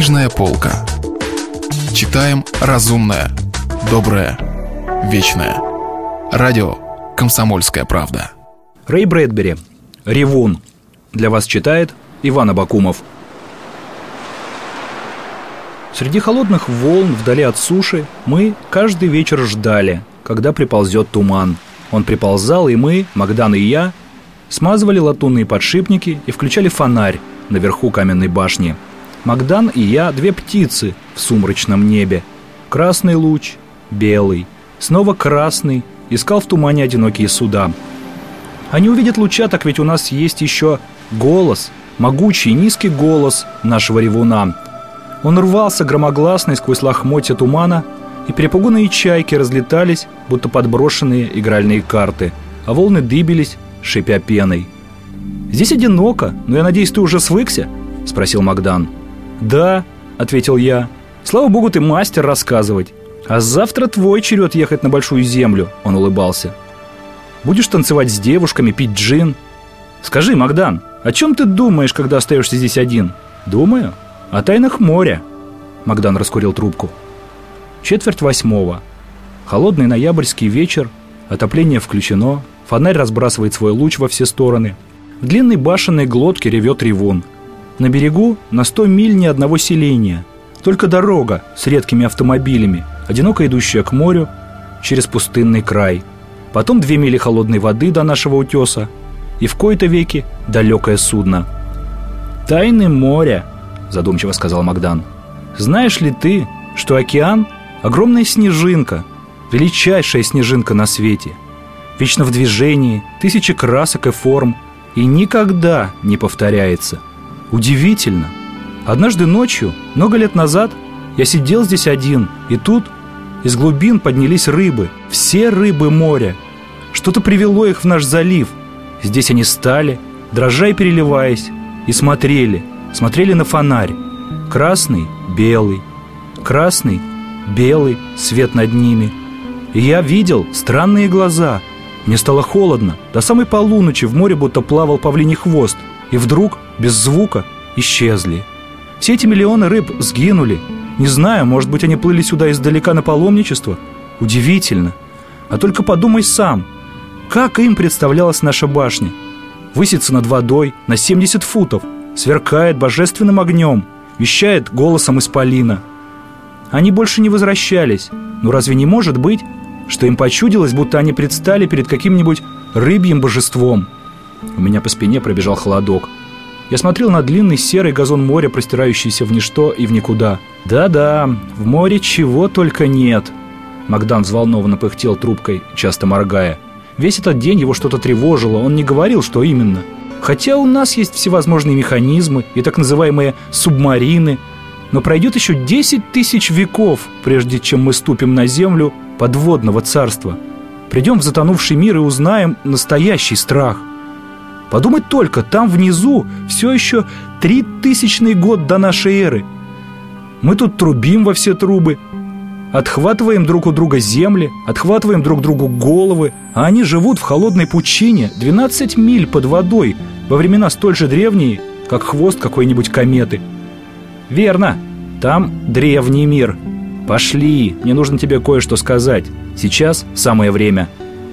Книжная полка. Читаем разумное, доброе, вечное. Радио «Комсомольская правда». Рэй Брэдбери. «Ревун». Для вас читает Иван Абакумов. Среди холодных волн вдали от суши мы каждый вечер ждали, когда приползет туман. Он приползал, и мы, Магдан и я, смазывали латунные подшипники и включали фонарь наверху каменной башни. Магдан и я — две птицы в сумрачном небе. Красный луч, белый, снова красный, искал в тумане одинокие суда. Они увидят луча, так ведь у нас есть еще голос, могучий низкий голос нашего ревуна. Он рвался громогласный сквозь лохмотья тумана, и перепуганные чайки разлетались, будто подброшенные игральные карты, а волны дыбились, шипя пеной. «Здесь одиноко, но я надеюсь, ты уже свыкся?» — спросил Магдан. «Да», — ответил я. «Слава богу, ты мастер рассказывать. А завтра твой черед ехать на большую землю», — он улыбался. «Будешь танцевать с девушками, пить джин?» «Скажи, Магдан, о чем ты думаешь, когда остаешься здесь один?» «Думаю о тайнах моря». Магдан раскурил трубку. 7:45. Холодный ноябрьский вечер, отопление включено, фонарь разбрасывает свой луч во все стороны. В длинной башенной глотке ревет ревун. На берегу на 100 миль ни одного селения, только дорога с редкими автомобилями, одиноко идущая к морю через пустынный край. Потом 2 мили холодной воды до нашего утеса, и в кои-то веки далекое судно. «Тайны моря», — задумчиво сказал Магдан. «Знаешь ли ты, что океан — огромная снежинка, величайшая снежинка на свете, вечно в движении, тысячи красок и форм, и никогда не повторяется? Удивительно! Однажды ночью, много лет назад, я сидел здесь один, и тут из глубин поднялись рыбы, все рыбы моря. Что-то привело их в наш залив. Здесь они стали, дрожа и переливаясь, и смотрели на фонарь. Красный, белый, красный, белый свет над ними. И я видел странные глаза. Мне стало холодно. До самой полуночи в море будто плавал павлиний хвост. И вдруг, без звука, исчезли. Все эти миллионы рыб сгинули. Не знаю, может быть, они плыли сюда издалека на паломничество? Удивительно. А только подумай сам, как им представлялась наша башня. Высится над водой на 70 футов, сверкает божественным огнем, вещает голосом исполина. Они больше не возвращались. Но разве не может быть, что им почудилось, будто они предстали перед каким-нибудь рыбьим божеством? У меня по спине пробежал холодок. Я смотрел на длинный серый газон моря, простирающийся в ничто и в никуда. Да-да, в море чего только нет. Магдан взволнованно пыхтел трубкой, часто моргая. Весь этот день его что-то тревожило, он не говорил, что именно. Хотя у нас есть всевозможные механизмы и так называемые субмарины. Но пройдет еще 10 тысяч веков, прежде чем мы ступим на землю подводного царства. Придем в затонувший мир и узнаем настоящий страх. Подумать только, там внизу все еще 3000 год до нашей эры. Мы тут трубим во все трубы, отхватываем друг у друга земли, отхватываем друг другу головы, а они живут в холодной пучине 12 миль под водой во времена столь же древние, как хвост какой-нибудь кометы. Верно, там древний мир. Пошли, мне нужно тебе кое-что сказать. Сейчас самое время.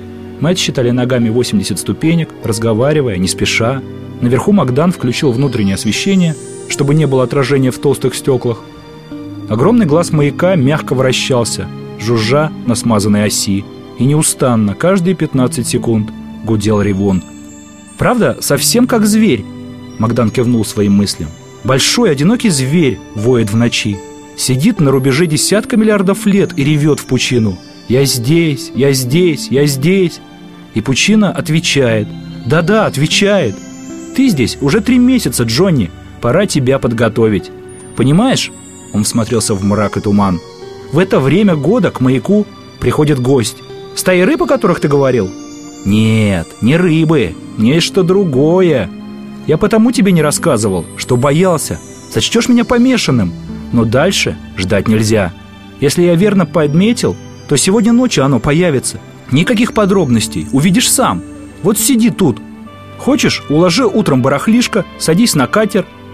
Мы отсчитали ногами 80 ступенек, разговаривая, не спеша. Наверху Магдан включил внутреннее освещение, чтобы не было отражения в толстых стеклах. Огромный глаз маяка мягко вращался, жужжа на смазанной оси. И неустанно, каждые 15 секунд, гудел ревун. «Правда, совсем как зверь?» Магдан кивнул своим мыслям. «Большой, одинокий зверь воет в ночи. Сидит на рубеже десятка миллиардов лет и ревет в пучину. «Я здесь, я здесь, я здесь». И пучина отвечает. Да-да, отвечает. «Ты здесь уже 3 месяца, Джонни. Пора тебя подготовить. Понимаешь?» Он всмотрелся в мрак и туман. «В это время года к маяку приходит гость. Стаи рыб, о которых ты говорил?» «Нет, не рыбы, нечто другое. Я потому тебе не рассказывал, что боялся. Сочтешь меня помешанным. Но дальше ждать нельзя. Если я верно подметил, то сегодня ночью оно появится. Никаких подробностей, увидишь сам. Вот сиди тут. Хочешь, уложи утром барахлишко, садись на катер,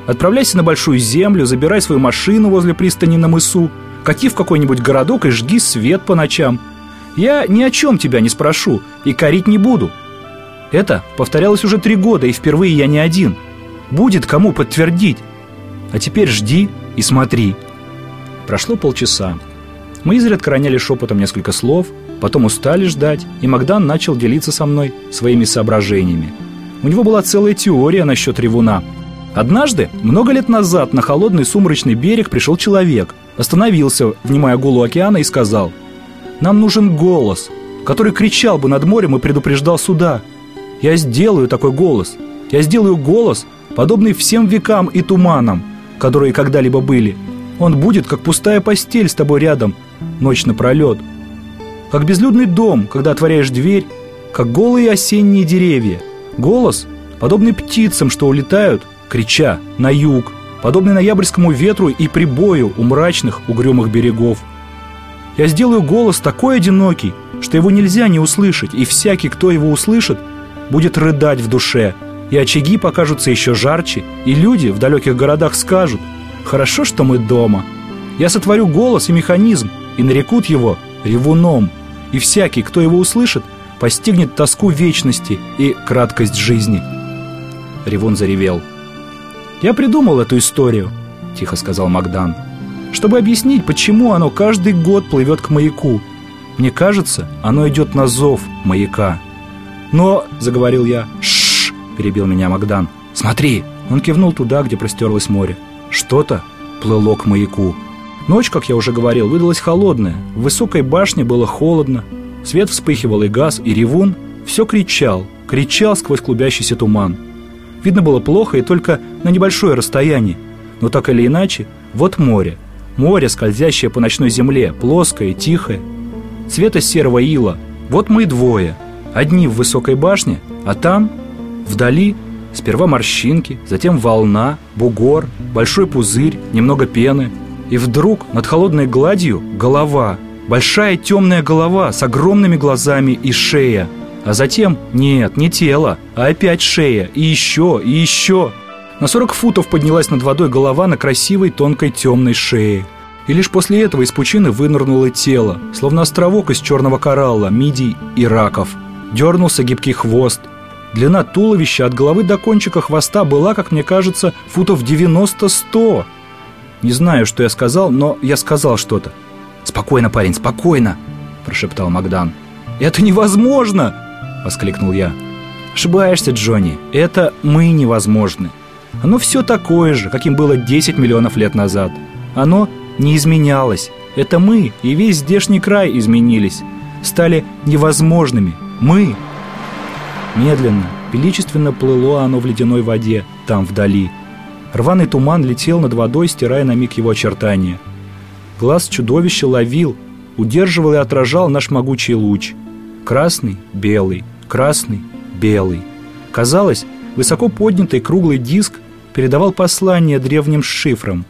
Отправляйся на большую землю, забирай свою машину возле пристани на мысу, кати в какой-нибудь городок и жги свет по ночам. Я ни о чем тебя не спрошу и корить не буду. Это повторялось уже 3 года, и впервые я не один. Будет кому подтвердить. А теперь жди и смотри». Прошло полчаса. Мы изредка роняли шепотом несколько слов, потом устали ждать, и Магдан начал делиться со мной своими соображениями. У него была целая теория насчет ревуна. Однажды, много лет назад, на холодный сумрачный берег пришел человек, остановился, внимая гулу океана, и сказал: «Нам нужен голос, который кричал бы над морем и предупреждал суда. Я сделаю такой голос. Я сделаю голос, подобный всем векам и туманам, которые когда-либо были. Он будет, как пустая постель с тобой рядом, ночь напролет. Как безлюдный дом, когда отворяешь дверь, как голые осенние деревья. Голос, подобный птицам, что улетают, крича, на юг, подобный ноябрьскому ветру и прибою у мрачных, угрюмых берегов. Я сделаю голос такой одинокий, что его нельзя не услышать, и всякий, кто его услышит, будет рыдать в душе, и очаги покажутся еще жарче, и люди в далеких городах скажут: хорошо, что мы дома. Я сотворю голос и механизм, и нарекут его ревуном, и всякий, кто его услышит, постигнет тоску вечности и краткость жизни». Ревун заревел. «Я придумал эту историю», — тихо сказал Магдан, «чтобы объяснить, почему оно каждый год плывет к маяку. Мне кажется, оно идет на зов маяка». «Но», — заговорил я. «Шш», — перебил меня Магдан. «Смотри». Он кивнул туда, где простерлось море. Что-то плыло к маяку. Ночь, как я уже говорил, выдалась холодная. В высокой башне было холодно. Свет вспыхивал и гас, и ревун все кричал сквозь клубящийся туман. Видно было плохо и только на небольшое расстояние. Но так или иначе, вот море. Море, скользящее по ночной земле, плоское и тихое. Цвета серого ила. Вот мы двое. Одни в высокой башне, а там, вдали, сперва морщинки, затем волна, бугор, большой пузырь, немного пены. И вдруг над холодной гладью голова. Большая темная голова с огромными глазами и шея. А затем, нет, не тело, а опять шея, и еще, и еще. На 40 футов поднялась над водой голова на красивой тонкой темной шее. И лишь после этого из пучины вынырнуло тело, словно островок из черного коралла, мидий и раков. Дернулся гибкий хвост. Длина туловища от головы до кончика хвоста была, как мне кажется, футов 90-100. Не знаю, что я сказал, но я сказал что-то. «Спокойно, парень, спокойно», – прошептал Магдан. «Это невозможно!» – воскликнул я. «Ошибаешься, Джонни, это мы невозможны. Оно все такое же, каким было 10 миллионов лет назад. Оно не изменялось. Это мы и весь здешний край изменились. Стали невозможными. Мы!» Медленно, величественно плыло оно в ледяной воде, там вдали. Рваный туман летел над водой, стирая на миг его очертания. Глаз чудовища ловил, удерживал и отражал наш могучий луч. Красный, белый, красный, белый. Казалось, высоко поднятый круглый диск передавал послание древним шифрам.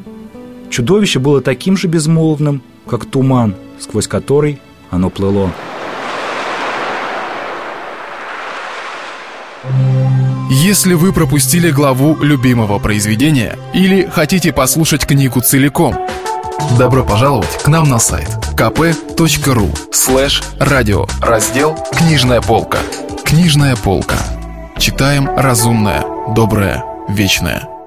Чудовище было таким же безмолвным, как туман, сквозь который оно плыло. Если вы пропустили главу любимого произведения или хотите послушать книгу целиком, добро пожаловать к нам на сайт kp.ru/радио, раздел «Книжная полка». Книжная полка. Читаем разумное, доброе, вечное.